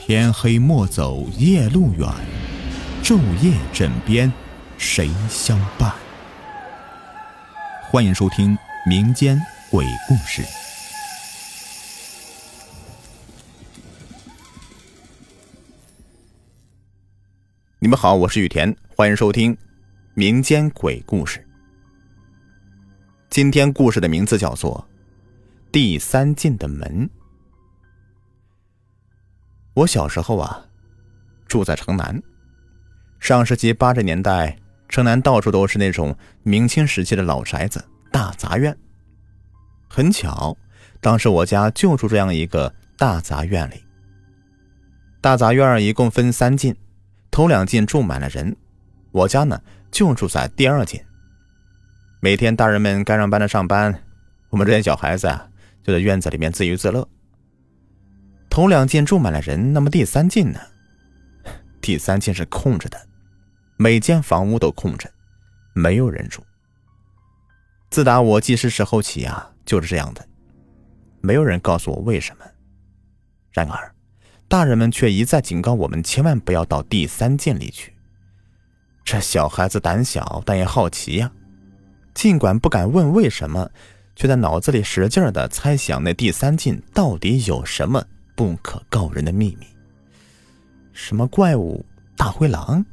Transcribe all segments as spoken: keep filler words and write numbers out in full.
天黑莫走夜路远，昼夜枕边谁相伴？欢迎收听民间鬼故事。你们好，我是雨田，欢迎收听民间鬼故事。今天故事的名字叫做第三进的门。我小时候啊，住在城南。上世纪八十年代，城南到处都是那种明清时期的老宅子、大杂院。很巧，当时我家就住这样一个大杂院里。大杂院一共分三进，头两进住满了人，我家呢就住在第二进。每天大人们该上班的上班，我们这些小孩子啊，就在院子里面自娱自乐。头两进住满了人，那么第三进呢？第三进是空着的，每间房屋都空着，没有人住。自打我记事时候起啊，就是这样的，没有人告诉我为什么。然而，大人们却一再警告我们千万不要到第三进里去。这小孩子胆小，但也好奇呀、啊，尽管不敢问为什么，却在脑子里使劲的猜想那第三进到底有什么不可告人的秘密。什么怪物？大灰狼？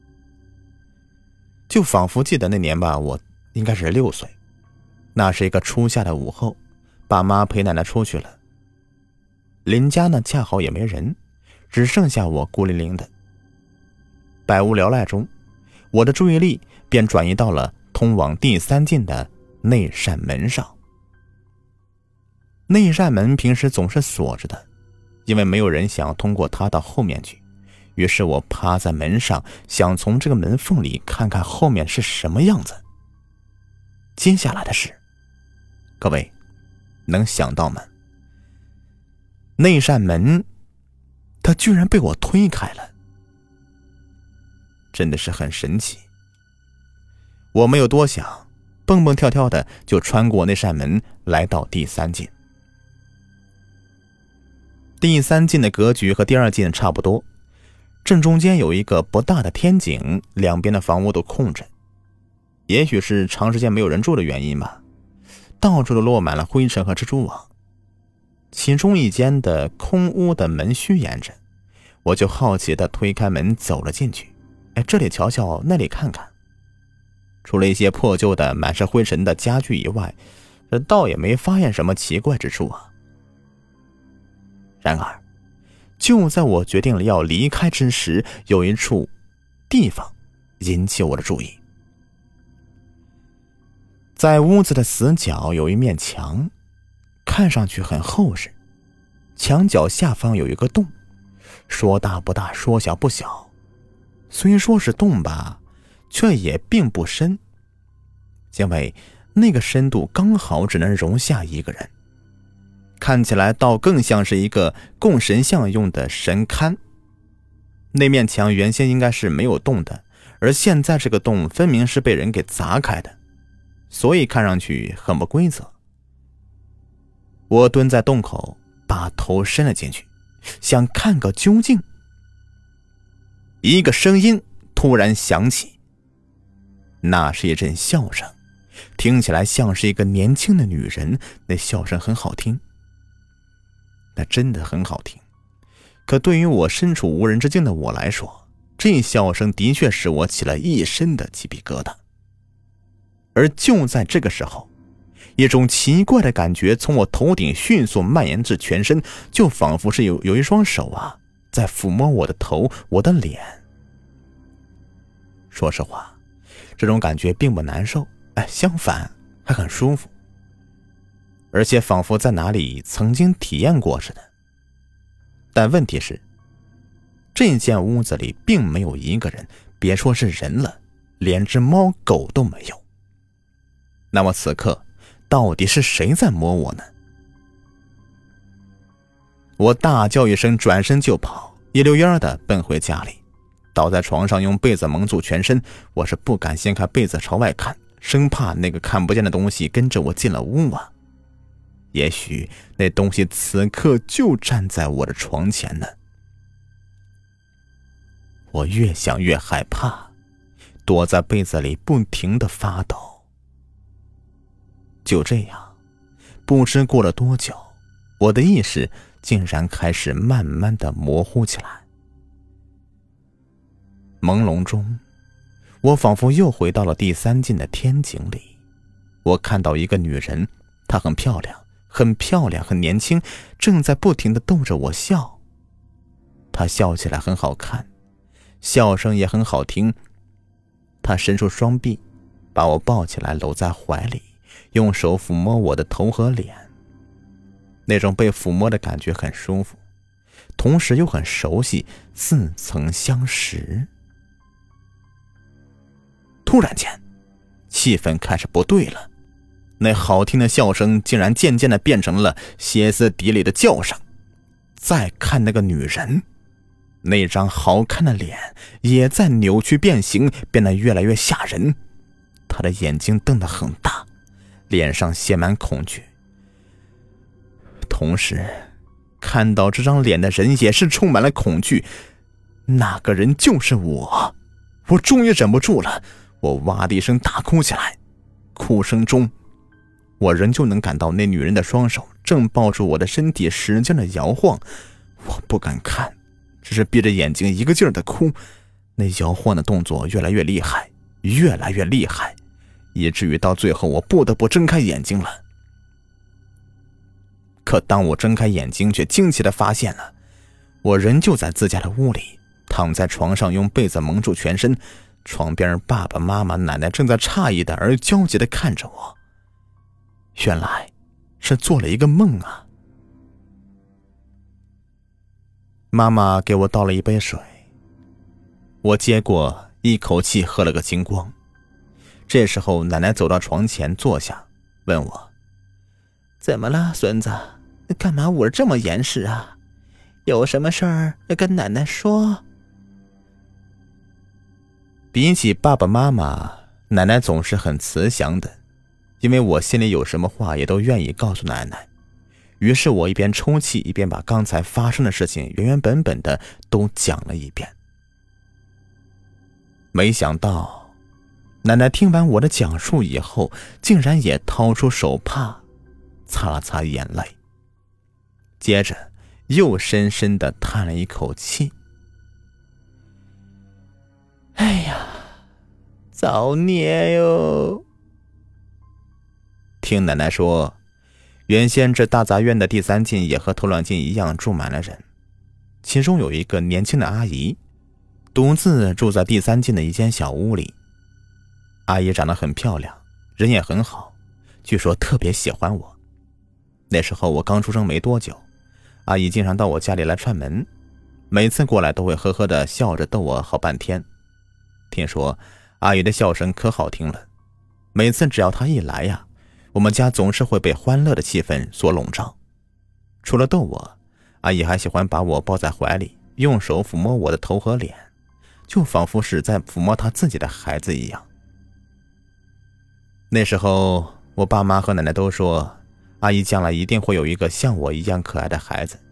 就仿佛记得那年吧，我应该是六岁，那是一个初夏的午后，爸妈陪奶奶出去了，邻家呢恰好也没人，只剩下我孤零零的。百无聊赖中，我的注意力便转移到了通往第三进的那扇门上。那扇门平时总是锁着的，因为没有人想通过它到后面去。于是我趴在门上，想从这个门缝里看看后面是什么样子。接下来的事，各位能想到吗？那扇门它居然被我推开了，真的是很神奇。我没有多想，蹦蹦跳跳的就穿过那扇门来到第三进。第三进的格局和第二进差不多，正中间有一个不大的天井，两边的房屋都空着。也许是长时间没有人住的原因吧，到处都落满了灰尘和蜘蛛网。其中一间的空屋的门虚掩着，我就好奇地推开门走了进去。哎，这里瞧瞧，那里看看。除了一些破旧的满是灰尘的家具以外，这倒也没发现什么奇怪之处啊。然而就在我决定了要离开之时，有一处地方引起我的注意。在屋子的死角有一面墙，看上去很厚实，墙角下方有一个洞，说大不大，说小不小。虽说是洞吧，却也并不深，因为那个深度刚好只能容下一个人，看起来倒更像是一个供神像用的神龛。那面墙原先应该是没有洞的，而现在这个洞分明是被人给砸开的，所以看上去很不规则。我蹲在洞口，把头伸了进去，想看个究竟。一个声音突然响起，那是一阵笑声，听起来像是一个年轻的女人，那笑声很好听。那真的很好听，可对于我身处无人之境的我来说，这笑声的确使我起了一身的鸡皮疙瘩。而就在这个时候，一种奇怪的感觉从我头顶迅速蔓延至全身，就仿佛是有有一双手啊在抚摸我的头，我的脸。说实话，这种感觉并不难受，哎，相反还很舒服，而且仿佛在哪里曾经体验过似的。但问题是，这间屋子里并没有一个人，别说是人了，连只猫狗都没有。那么此刻到底是谁在摸我呢？我大叫一声，转身就跑，一溜烟的奔回家里，倒在床上用被子蒙住全身。我是不敢掀开被子朝外看，生怕那个看不见的东西跟着我进了屋啊。也许那东西此刻就站在我的床前呢。 我越想越害怕，躲在被子里不停地发抖。就这样，不知过了多久，我的意识竟然开始慢慢地模糊起来。朦胧中，我仿佛又回到了第三境的天井里。我看到一个女人，她很漂亮，很漂亮，很年轻，正在不停地逗着我笑。她笑起来很好看，笑声也很好听。她伸出双臂，把我抱起来搂在怀里，用手抚摸我的头和脸。那种被抚摸的感觉很舒服，同时又很熟悉，似曾相识。突然间，气氛开始不对了，那好听的笑声竟然渐渐地变成了歇斯底里的叫声。再看那个女人，那张好看的脸也在扭曲变形，变得越来越吓人。她的眼睛瞪得很大，脸上写满恐惧。同时，看到这张脸的人也是充满了恐惧。那个人就是我。我终于忍不住了，我哇的一声大哭起来。哭声中，我仍旧能感到那女人的双手正抱住我的身体使劲的摇晃。我不敢看，只是闭着眼睛一个劲儿的哭。那摇晃的动作越来越厉害，越来越厉害，以至于到最后我不得不睁开眼睛了。可当我睁开眼睛，却惊奇地发现了，我仍旧在自家的屋里，躺在床上，用被子蒙住全身。床边爸爸妈妈奶奶正在诧异的而焦急地看着我。原来是做了一个梦啊。妈妈给我倒了一杯水，我接过，一口气喝了个精光。这时候奶奶走到床前坐下，问我：怎么了，孙子？干嘛捂着这么严实啊？有什么事儿要跟奶奶说？比起爸爸妈妈，奶奶总是很慈祥的，因为我心里有什么话也都愿意告诉奶奶。于是我一边抽泣，一边把刚才发生的事情原原本本的都讲了一遍。没想到，奶奶听完我的讲述以后，竟然也掏出手帕，擦了擦眼泪，接着又深深地叹了一口气。哎呀，造孽哟！听奶奶说，原先这大杂院的第三进也和头两进一样住满了人，其中有一个年轻的阿姨，独自住在第三进的一间小屋里。阿姨长得很漂亮，人也很好，据说特别喜欢我。那时候我刚出生没多久，阿姨经常到我家里来串门，每次过来都会呵呵的笑着逗我好半天。听说阿姨的笑声可好听了，每次只要她一来呀，我们家总是会被欢乐的气氛所笼罩。除了逗我，阿姨还喜欢把我抱在怀里，用手抚摸我的头和脸，就仿佛是在抚摸她自己的孩子一样。那时候我爸妈和奶奶都说，阿姨将来一定会有一个像我一样可爱的孩子。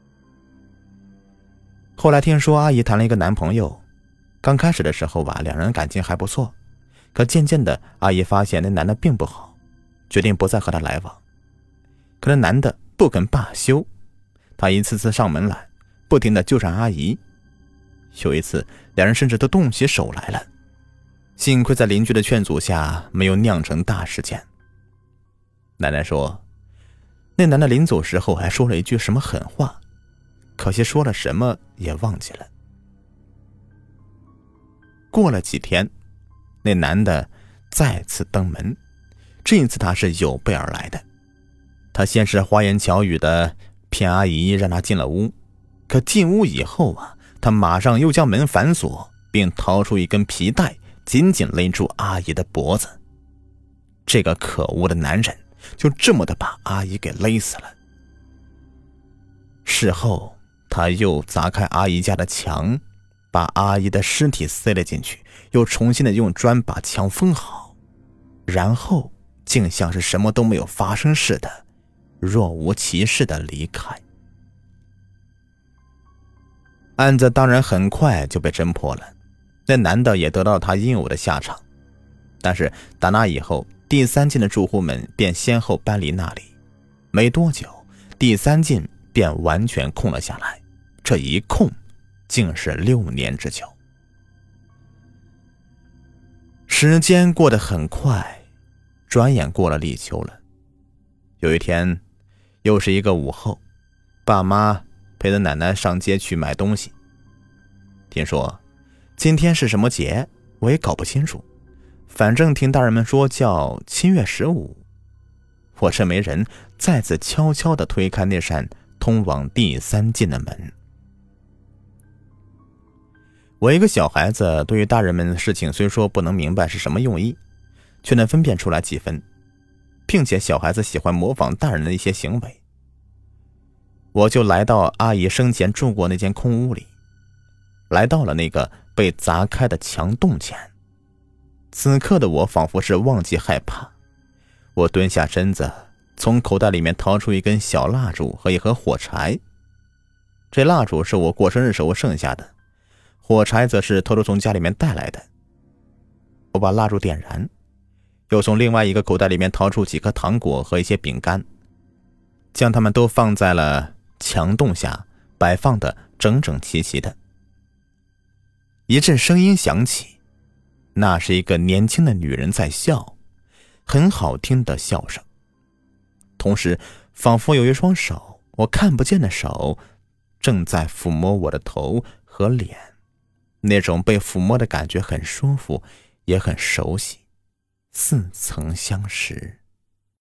后来听说阿姨谈了一个男朋友，刚开始的时候吧，两人感情还不错，可渐渐的阿姨发现那男的并不好，决定不再和他来往。可那男的不肯罢休，他一次次上门来，不停的纠缠阿姨。有一次两人甚至都动起手来了，幸亏在邻居的劝阻下没有酿成大事件。奶奶说，那男的临走时候还说了一句什么狠话，可惜说了什么也忘记了。过了几天，那男的再次登门，这一次他是有备而来的。他先是花言巧语的骗阿姨让他进了屋，可进屋以后啊，他马上又将门反锁，并掏出一根皮带紧紧勒住阿姨的脖子。这个可恶的男人就这么的把阿姨给勒死了。事后他又砸开阿姨家的墙，把阿姨的尸体塞了进去，又重新的用砖把墙封好，然后竟像是什么都没有发生似的，若无其事的离开。 案子当然很快就被侦破了，那男的也得到他应有的下场。但是打那以后，第三进的住户们便先后搬离那里，没多久，第三进便完全空了下来，这一空竟是六年之久。时间过得很快，转眼过了立秋了。有一天，又是一个午后，爸妈陪着奶奶上街去买东西。听说今天是什么节，我也搞不清楚，反正听大人们说叫七月十五。我这没人再次悄悄地推开那扇通往第三进的门。我一个小孩子，对于大人们的事情虽说不能明白是什么用意，却能分辨出来几分，并且小孩子喜欢模仿大人的一些行为。我就来到阿姨生前住过那间空屋里，来到了那个被砸开的墙洞前。此刻的我仿佛是忘记害怕，我蹲下身子，从口袋里面掏出一根小蜡烛和一盒火柴。这蜡烛是我过生日时候剩下的，火柴则是偷偷从家里面带来的。我把蜡烛点燃，又从另外一个口袋里面掏出几颗糖果和一些饼干，将它们都放在了墙洞下，摆放的整整齐齐的。一阵声音响起，那是一个年轻的女人在笑，很好听的笑声。同时仿佛有一双手，我看不见的手，正在抚摸我的头和脸，那种被抚摸的感觉很舒服，也很熟悉，似曾相识。